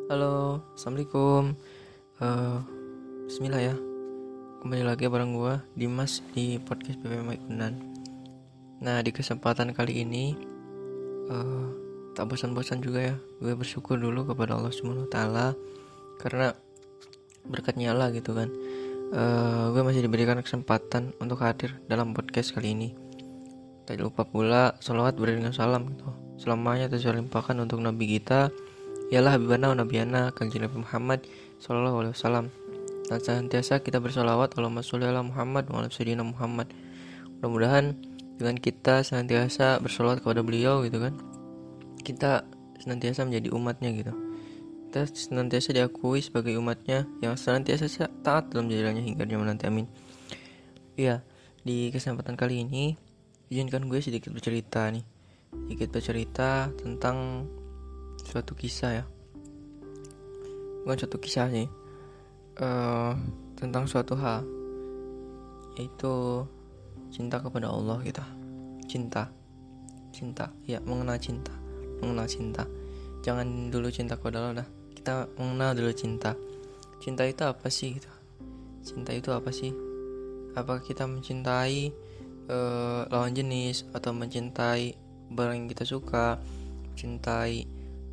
Halo, assalamualaikum. Eh, Bismillah ya. Kembali lagi bareng gua Dimas di podcast PPM Unan. Nah, di kesempatan kali ini eh, tak bosan-bosan juga ya. Gue bersyukur dulu kepada Allah Subhanahu Wa Taala karena berkatnya Allah gitu kan. Gue masih diberikan kesempatan untuk hadir dalam podcast kali ini. Tak lupa pula sholawat beriringan salam gitu. Selamanya terlimpahkan untuk Nabi kita, ialah Habibana wa Nabiyana Kanjeng Nabi Muhammad Sallallahu Alaihi Wasallam. Dan senantiasa kita bersolawat Allahumma sholli ala Muhammad wa ala sayyidina Muhammad. Mudah-mudahan dengan kita senantiasa bersolawat kepada beliau gitu kan, kita senantiasa menjadi umatnya gitu. Kita senantiasa diakui sebagai umatnya yang senantiasa taat dalam jalannya hingga zaman nanti, amin. Iya, di kesempatan kali ini izinkan gue sedikit bercerita nih. Sedikit bercerita tentang suatu kisah ya. Bukan suatu kisah sih, tentang suatu hal, yaitu cinta kepada Allah gitu. Cinta ya, mengenal cinta. Jangan dulu cinta kepada Allah dah, kita mengenal dulu cinta. Cinta itu apa sih gitu? Cinta itu apa sih? Apakah kita mencintai lawan jenis, atau mencintai barang yang kita suka, mencintai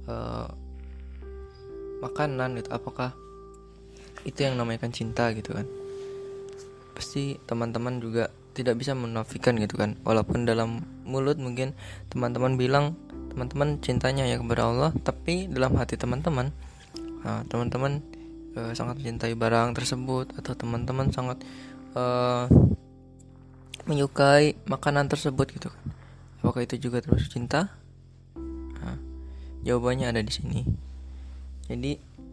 makanan gitu? Apakah itu yang namanya cinta gitu kan? Pasti teman-teman juga tidak bisa menafikan gitu kan, walaupun dalam mulut mungkin teman-teman bilang teman-teman cintanya ya kepada Allah, tapi dalam hati teman-teman sangat mencintai barang tersebut, atau teman-teman sangat menyukai makanan tersebut gitu kan. Apakah itu juga termasuk cinta? Jawabannya ada di sini. Jadi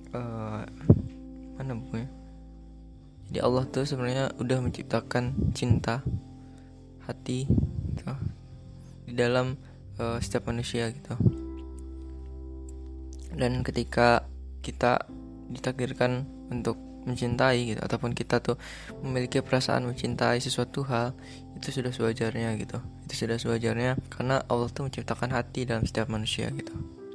mana bukunya? Jadi Allah tuh sebenarnya udah menciptakan cinta hati gitu, di dalam setiap manusia gitu. Dan ketika kita ditakdirkan untuk mencintai gitu, ataupun kita tuh memiliki perasaan mencintai sesuatu hal, itu sudah sewajarnya gitu. Itu sudah sewajarnya karena Allah tuh menciptakan hati dalam setiap manusia gitu.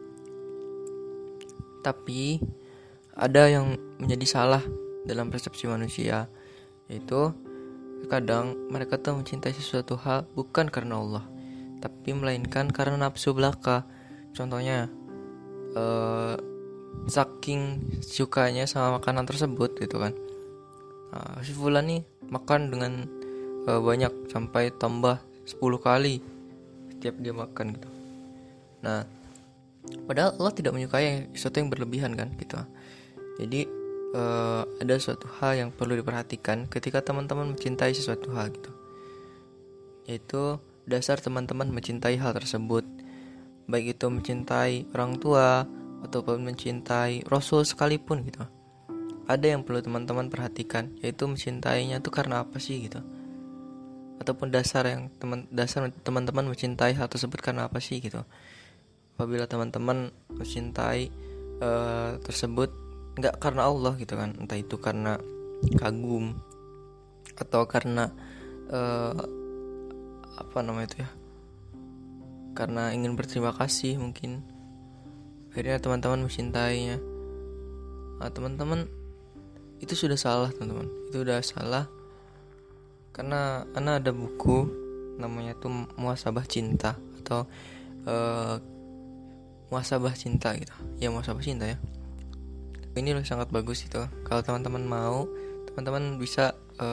Tapi ada yang menjadi salah dalam persepsi manusia, yaitu kadang mereka tuh mencintai sesuatu hal bukan karena Allah, tapi melainkan karena nafsu belaka. Contohnya saking sukanya sama makanan tersebut gitu kan, si fulan nih makan dengan banyak sampai tambah 10 kali setiap dia makan gitu. Nah, padahal Allah tidak menyukai sesuatu yang berlebihan kan gitu. Jadi ada suatu hal yang perlu diperhatikan ketika teman-teman mencintai sesuatu hal gitu, yaitu dasar teman-teman mencintai hal tersebut, baik itu mencintai orang tua ataupun mencintai Rasul sekalipun gitu. Ada yang perlu teman-teman perhatikan, yaitu mencintainya itu karena apa sih gitu, ataupun dasar teman-teman mencintai hal tersebut karena apa sih gitu. Apabila teman-teman mencintai tersebut nggak karena Allah gitu kan, entah itu karena kagum atau karena karena ingin berterima kasih mungkin, akhirnya teman-teman mencintainya. Teman-teman, itu sudah salah teman-teman, itu udah salah. Karena ada buku namanya tuh Muhasabah Cinta, atau Muhasabah Cinta gitu ya, Muhasabah Cinta ya. Ini loh sangat bagus itu. Kalau teman-teman mau, teman-teman bisa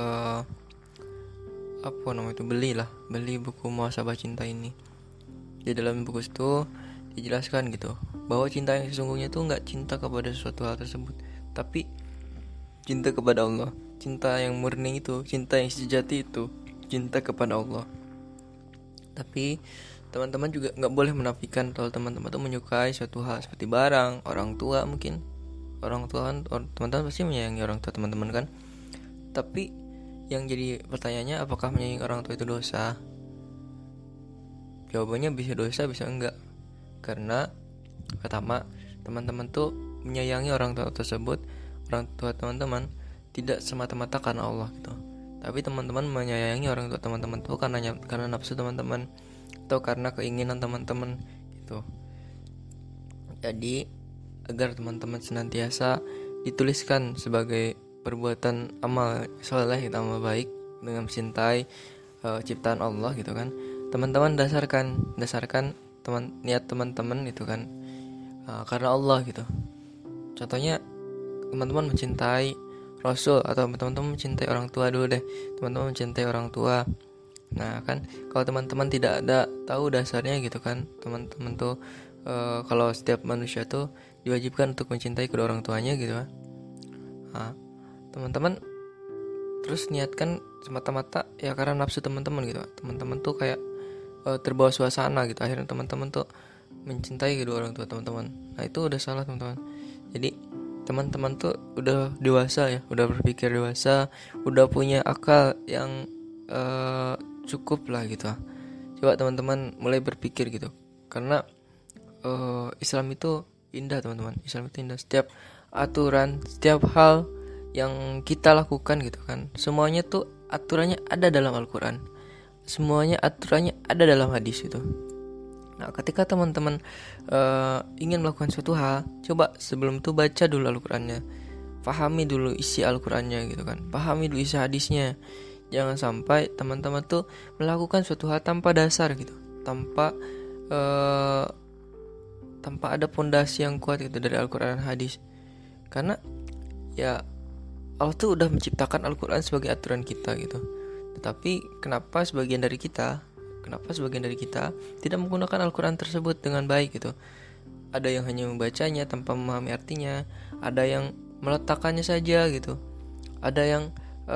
beli buku Muhasabah Cinta ini. Di dalam buku itu dijelaskan gitu, bahwa cinta yang sesungguhnya itu nggak cinta kepada sesuatu hal tersebut, tapi cinta kepada Allah. Cinta yang murni itu, cinta yang sejati itu, cinta kepada Allah. Tapi teman-teman juga nggak boleh menafikan kalau teman-teman tuh menyukai suatu hal seperti barang, orang tua mungkin. Orang tua kan, teman-teman pasti menyayangi orang tua teman-teman kan. Tapi yang jadi pertanyaannya, apakah menyayangi orang tua itu dosa? Jawabannya bisa dosa, bisa enggak. Karena pertama, teman-teman tuh menyayangi orang tua tersebut, orang tua teman-teman tidak semata-mata karena Allah gitu. Tapi teman-teman menyayangi orang tua teman-teman tuh karena nafsu teman-teman, atau karena keinginan teman-teman gitu. Jadi agar teman-teman senantiasa dituliskan sebagai perbuatan amal soleh, amal baik dengan mencintai ciptaan Allah gitu kan. Teman-teman dasarkan niat teman-teman itu kan karena Allah gitu. Contohnya teman-teman mencintai Rasul atau teman-teman mencintai orang tua dulu deh. Teman-teman mencintai orang tua. Nah kan kalau teman-teman tidak ada tahu dasarnya gitu kan, teman-teman tuh kalau setiap manusia tuh diwajibkan untuk mencintai kedua orang tuanya gitu kan. Nah, teman-teman terus niatkan semata-mata ya karena nafsu teman-teman gitu. Teman-teman tuh kayak terbawa suasana gitu. Akhirnya teman-teman tuh mencintai kedua orang tua teman-teman. Nah itu udah salah teman-teman. Jadi teman-teman tuh udah dewasa ya, udah berpikir dewasa, udah punya akal yang cukup lah gitu. Coba teman-teman mulai berpikir gitu. Karena Islam itu indah teman-teman. Islam itu indah. Setiap aturan, setiap hal yang kita lakukan gitu kan, semuanya tuh aturannya ada dalam Al-Quran. Semuanya aturannya ada dalam hadis gitu. Nah ketika teman-teman ingin melakukan suatu hal, coba sebelum itu baca dulu Al-Qurannya, pahami dulu isi Al-Qurannya gitu kan, pahami dulu isi hadisnya. Jangan sampai teman-teman tuh melakukan suatu hal tanpa dasar gitu, tanpa ada pondasi yang kuat gitu dari Al-Quran dan hadis. Karena ya Allah tuh udah menciptakan Al-Quran sebagai aturan kita gitu. Tetapi kenapa sebagian dari kita tidak menggunakan Al-Quran tersebut dengan baik gitu. Ada yang hanya membacanya tanpa memahami artinya, ada yang meletakkannya saja gitu, ada yang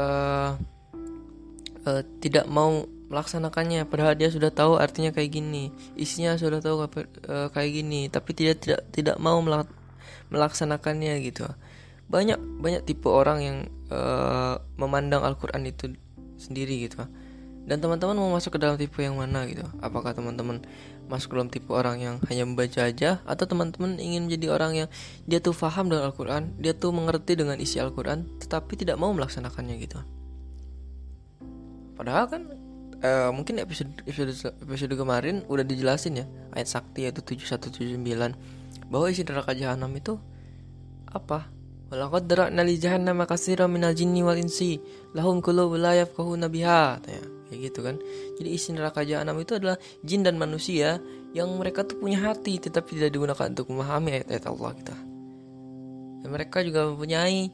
tidak mau melaksanakannya padahal dia sudah tahu artinya kayak gini, isinya sudah tahu kayak gini, tapi tidak mau melaksanakannya gitu. Banyak tipe orang yang memandang Al-Quran itu sendiri gitu. Dan teman-teman mau masuk ke dalam tipe yang mana gitu? Apakah teman-teman masuk ke dalam tipe orang yang hanya membaca aja, atau teman-teman ingin menjadi orang yang dia tuh paham dengan Al-Quran, dia tuh mengerti dengan isi Al-Quran, tetapi tidak mau melaksanakannya gitu? Padahal kan mungkin episode kemarin udah dijelasin ya, ayat sakti yaitu 7179, bahwa isi neraka jahanam itu apa? Walaqad dara'na li jahannama katsiran minal jinni wal insi lahum qulubun la yafqahuna biha. Kayak gitu kan. Jadi isi neraka jahanam itu adalah jin dan manusia yang mereka tuh punya hati tetapi tidak digunakan untuk memahami ayat-ayat Allah gitu. Dan mereka juga mempunyai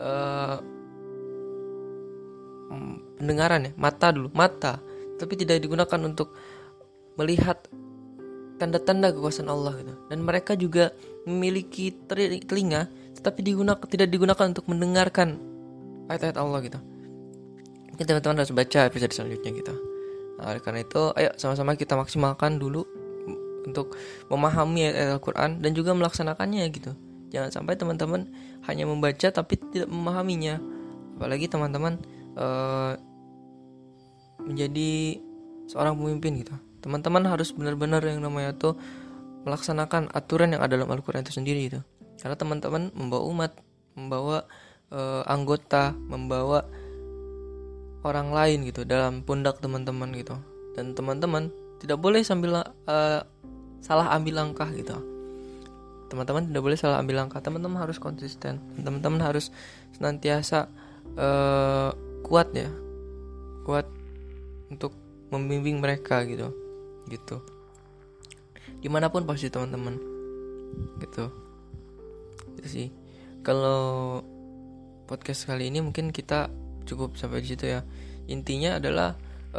pendengaran ya, mata, tapi tidak digunakan untuk melihat tanda-tanda kekuasaan Allah gitu. Dan mereka juga memiliki telinga tetapi tidak digunakan untuk mendengarkan ayat-ayat Allah gitu. Mungkin teman-teman harus baca episode selanjutnya gitu. Nah, oleh karena itu ayo sama-sama kita maksimalkan dulu untuk memahami ayat Al-Quran dan juga melaksanakannya gitu. Jangan sampai teman-teman hanya membaca tapi tidak memahaminya. Apalagi teman-teman menjadi seorang pemimpin gitu. Teman-teman harus benar-benar yang namanya tuh melaksanakan aturan yang ada dalam Al-Quran itu sendiri gitu. Karena teman-teman membawa umat, membawa anggota, membawa orang lain gitu dalam pundak teman-teman gitu. Dan teman-teman tidak boleh salah ambil langkah gitu. Teman-teman tidak boleh salah ambil langkah. Teman-teman harus konsisten. Teman-teman harus senantiasa kuat untuk membimbing mereka gitu. Dimanapun pasti teman-teman gitu. Itu sih. Kalau podcast kali ini mungkin kita cukup sampai di situ ya. Intinya adalah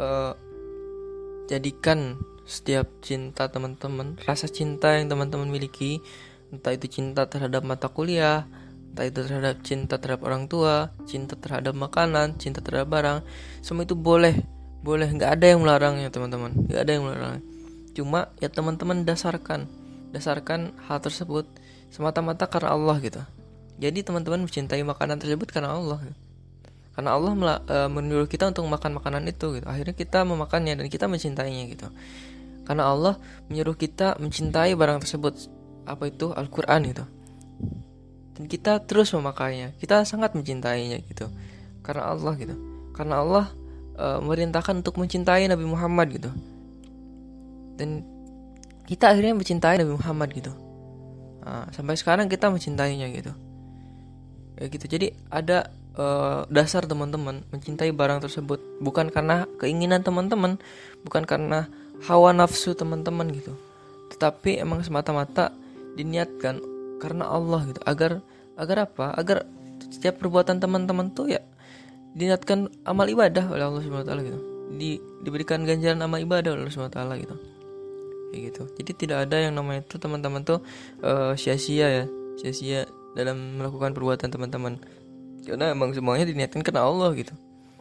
jadikan setiap cinta teman-teman, rasa cinta yang teman-teman miliki, entah itu cinta terhadap mata kuliah, entah itu cinta terhadap orang tua, cinta terhadap makanan, cinta terhadap barang, semua itu boleh, nggak ada yang melarangnya teman-teman, nggak ada yang melarang. Cuma ya teman-teman dasarkan hal tersebut semata-mata karena Allah gitu. Jadi teman-teman mencintai makanan tersebut karena Allah. Karena Allah menyuruh kita untuk makan makanan itu gitu. Akhirnya kita memakannya dan kita mencintainya gitu. Karena Allah menyuruh kita mencintai barang tersebut, apa itu Al-Quran gitu. Dan kita terus memakainya. Kita sangat mencintainya gitu. Karena Allah gitu. Karena Allah merintahkan untuk mencintai Nabi Muhammad gitu. Dan kita akhirnya mencintai Nabi Muhammad gitu. Sampai sekarang kita mencintainya gitu. Kayak gitu. Jadi ada dasar teman-teman mencintai barang tersebut bukan karena keinginan teman-teman, bukan karena hawa nafsu teman-teman gitu, tetapi emang semata-mata diniatkan karena Allah gitu. Agar apa? Agar setiap perbuatan teman-teman tuh ya diniatkan amal ibadah oleh Allah Subhanahu wa taala gitu. Diberikan ganjaran amal ibadah oleh Allah Subhanahu wa taala gitu. Kayak gitu. Jadi tidak ada yang namanya itu teman-teman tuh sia-sia dalam melakukan perbuatan teman-teman. Karena emang semuanya diniatkan karena Allah gitu.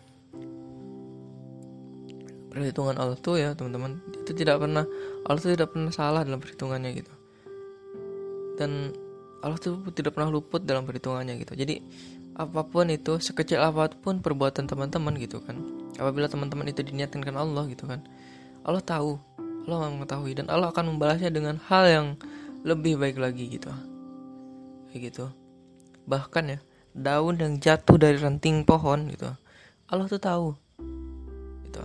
Perhitungan Allah tuh ya teman-teman, itu Allah tuh tidak pernah salah dalam perhitungannya gitu. Dan Allah tuh tidak pernah luput dalam perhitungannya gitu. Jadi apapun itu, sekecil apapun perbuatan teman-teman gitu kan, apabila teman-teman itu diniatkan karena Allah gitu kan, Allah tahu, Allah mengetahui, dan Allah akan membalasnya dengan hal yang lebih baik lagi gitu. Kayak gitu. Bahkan ya, daun yang jatuh dari ranting pohon gitu, Allah tuh tahu gitu.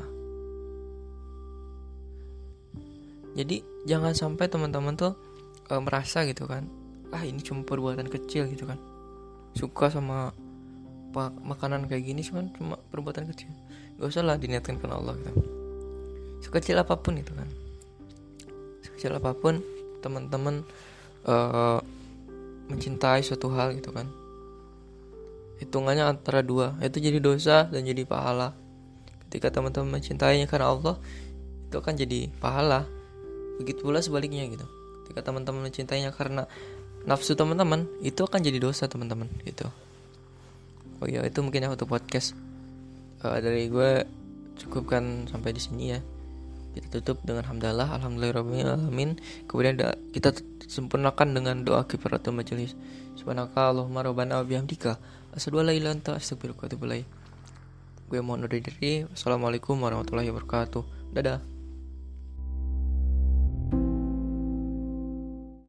Jadi jangan sampai teman-teman tuh merasa gitu kan, ini cuma perbuatan kecil gitu kan, suka sama makanan kayak gini cuma perbuatan kecil, gak usah lah diniatkan karena Allah gitu. Sekecil apapun itu kan, sekecil apapun teman-teman mencintai suatu hal gitu kan, hitungannya antara dua, itu jadi dosa dan jadi pahala. Ketika teman-teman mencintainya karena Allah, itu akan jadi pahala. Begitu pula sebaliknya gitu. Ketika teman-teman mencintainya karena nafsu teman-teman, itu akan jadi dosa teman-teman gitu. Oh ya, itu mungkin ya untuk podcast dari gue cukupkan sampai di sini ya. Kita tutup dengan alhamdulillahirobbilalamin. Kemudian kita sempurnakan dengan doa kifaratul majelis. Subhanaka Allahumma rabbana wa bihamdika asyhadu an la ilaha illa anta astaghfiruka wa atubu ilaik. Gue mohon undur diri. Wassalamualaikum warahmatullahi wabarakatuh. Dadah.